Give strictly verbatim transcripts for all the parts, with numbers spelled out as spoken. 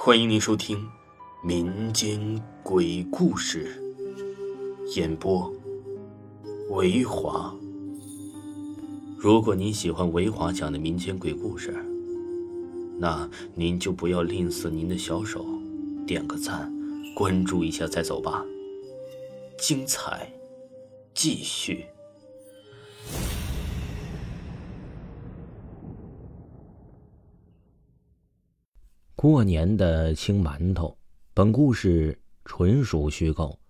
欢迎您收听民间鬼故事，演播维华。如果您喜欢维华讲的民间鬼故事，那您就不要吝啬您的小手，点个赞，关注一下再走吧。精彩继续。 过年的青馒头，本故事纯属虚构。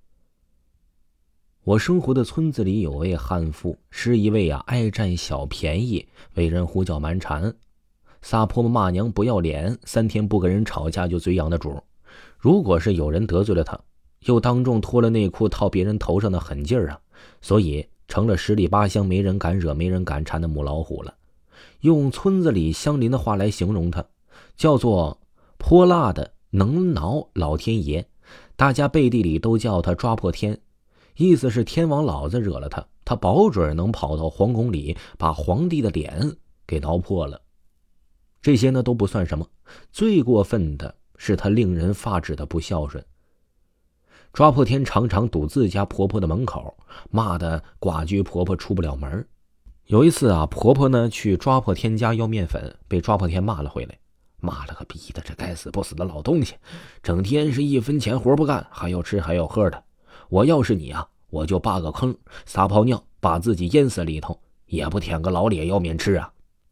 我生活的村子里有位悍妇，是一位啊爱占小便宜，为人胡搅蛮缠，撒泼骂娘不要脸，三天不跟人吵架就嘴痒的主。如果是有人得罪了他，又当众脱了内裤套别人头上的狠劲儿啊，所以成了十里八乡没人敢惹没人敢缠的母老虎了。用村子里乡邻的话来形容他，叫做泼辣的能挠老天爷，大家背地里都叫他抓破天，意思是天王老子惹了他，他保准能跑到皇宫里把皇帝的脸给挠破了。这些呢都不算什么，最过分的是他令人发指的不孝顺。抓破天常常堵自家婆婆的门口，骂得寡居婆婆出不了门。有一次啊，婆婆呢去抓破天家要面粉，被抓破天骂了回来。骂了个逼的，这该死不死的老东西，整天是一分钱活不干，还要吃还要喝的。我要是你啊，我就扒个坑撒泡尿，把自己淹死里头，也不舔个老脸要面吃啊。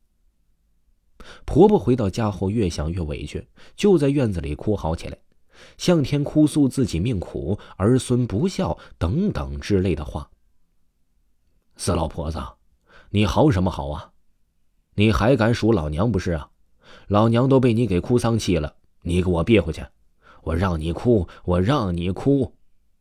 婆婆回到家后越想越委屈，就在院子里哭嚎起来，向天哭诉自己命苦，儿孙不孝等等之类的话。死老婆子，你嚎什么嚎啊？你还敢数老娘不是啊？老娘都被你给哭丧气了，你给我憋回去，我让你哭，我让你哭。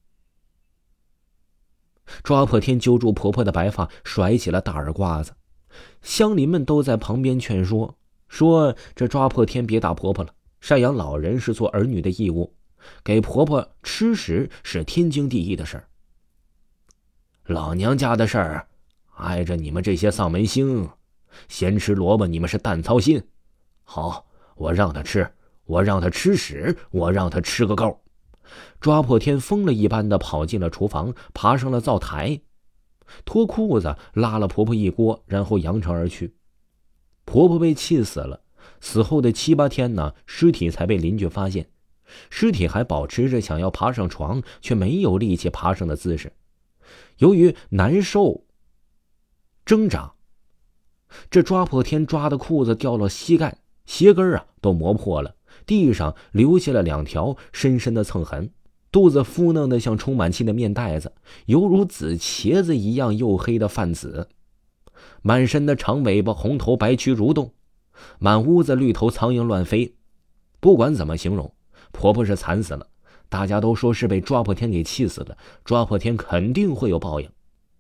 抓破天揪住婆婆的白发，甩起了大耳刮子。乡邻们都在旁边劝说，说这抓破天别打婆婆了，赡养老人是做儿女的义务，给婆婆吃食是天经地义的事儿。老娘家的事儿碍着你们这些丧门星，咸吃萝卜你们是淡操心。好，我让他吃，我让他吃屎，我让他吃个够。抓破天疯了一般的跑进了厨房，爬上了灶台，脱裤子拉了婆婆一锅，然后扬长而去。婆婆被气死了，死后的七八天呢，尸体才被邻居发现。尸体还保持着想要爬上床却没有力气爬上的姿势，由于难受挣扎，这抓破天抓的裤子掉了膝盖，鞋跟啊都磨破了，地上留下了两条深深的蹭痕，肚子敷弄得像充满气的面袋子，犹如紫茄子一样黝黑的泛紫，满身的长尾巴红头白蛆蠕动，满屋子绿头苍蝇乱飞。不管怎么形容，婆婆是惨死了，大家都说是被抓破天给气死的，抓破天肯定会有报应。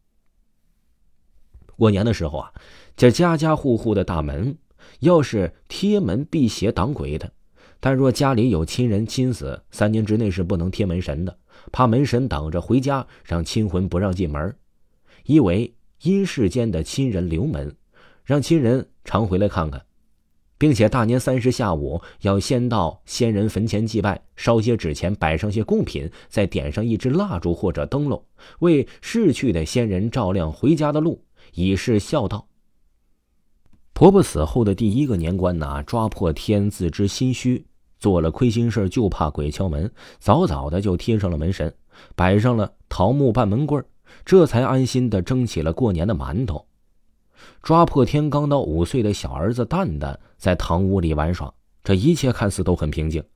过年的时候啊，这家家户户的大门要是贴门辟邪挡鬼的，但若家里有亲人亲死，三年之内是不能贴门神的，怕门神挡着回家，让亲魂不让进门。一为阴世间的亲人留门，让亲人常回来看看，并且大年三十下午要先到先人坟前祭拜，烧些纸钱，摆上些贡品，再点上一支蜡烛或者灯笼，为逝去的先人照亮回家的路，以示孝道。婆婆死后的第一个年关呢，抓破天自知心虚，做了亏心事就怕鬼敲门，早早的就贴上了门神，摆上了桃木半门棍，这才安心的蒸起了过年的馒头。抓破天刚到五岁的小儿子蛋蛋在堂屋里玩耍，这一切看似都很平静。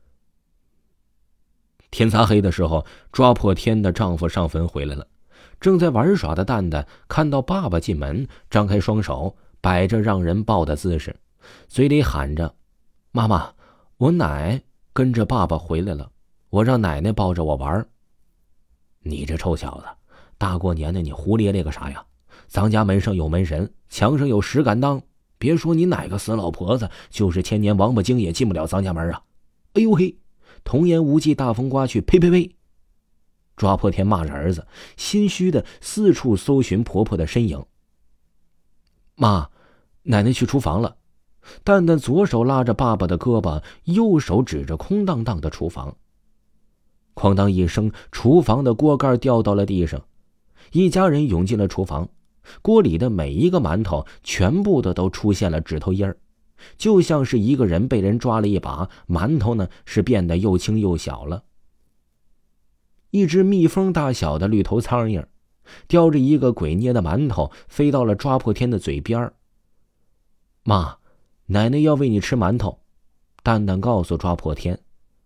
天擦黑的时候，抓破天的丈夫上坟回来了，正在玩耍的蛋蛋看到爸爸进门，张开双手摆着让人抱的姿势，嘴里喊着：妈妈，我奶跟着爸爸回来了，我让奶奶抱着我玩。你这臭小子，大过年的你胡咧咧个啥呀？咱家门上有门神，墙上有石敢当，别说你哪个死老婆子，就是千年王八精也进不了咱家门啊！哎呦嘿，童言无忌大风刮去，呸呸呸！抓破天骂着儿子，心虚的四处搜寻婆婆的身影。妈，奶奶去厨房了。 蛋蛋左手拉着爸爸的胳膊，右手指着空荡荡的厨房。哐当一声，厨房的锅盖掉到了地上，一家人涌进了厨房，锅里的每一个馒头全部的都出现了指头印儿，就像是一个人被人抓了一把，馒头呢是变得又轻又小了。一只蜜蜂大小的绿头苍蝇叼着一个鬼捏的馒头飞到了抓破天的嘴边。妈，奶奶要喂你吃馒头，蛋蛋告诉抓破天。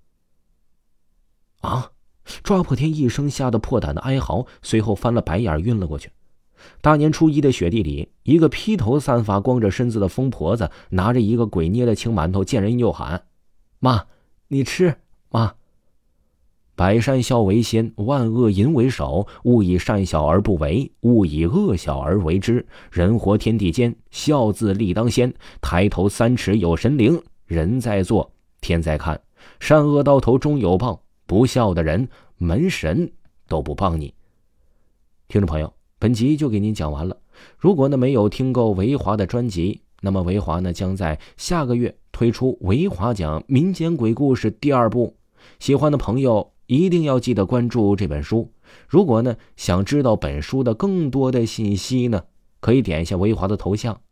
啊！抓破天一声吓得破胆的哀嚎，随后翻了白眼晕了过去。大年初一的雪地里，一个披头散发光着身子的疯婆子拿着一个鬼捏的青馒头，见人就喊：妈，你吃，妈。百善孝为先，万恶淫为首，勿以善小而不为，勿以恶小而为之。人活天地间，孝字立当先。抬头三尺有神灵，人在做，天在看。善恶到头终有报，不孝的人，门神都不帮你。听众朋友，本集就给您讲完了。如果呢没有听够维华的专辑，那么维华呢将在下个月推出维华讲民间鬼故事第二部。喜欢的朋友一定要记得关注这本书。如果呢想知道本书的更多的信息呢，可以点一下维华的头像，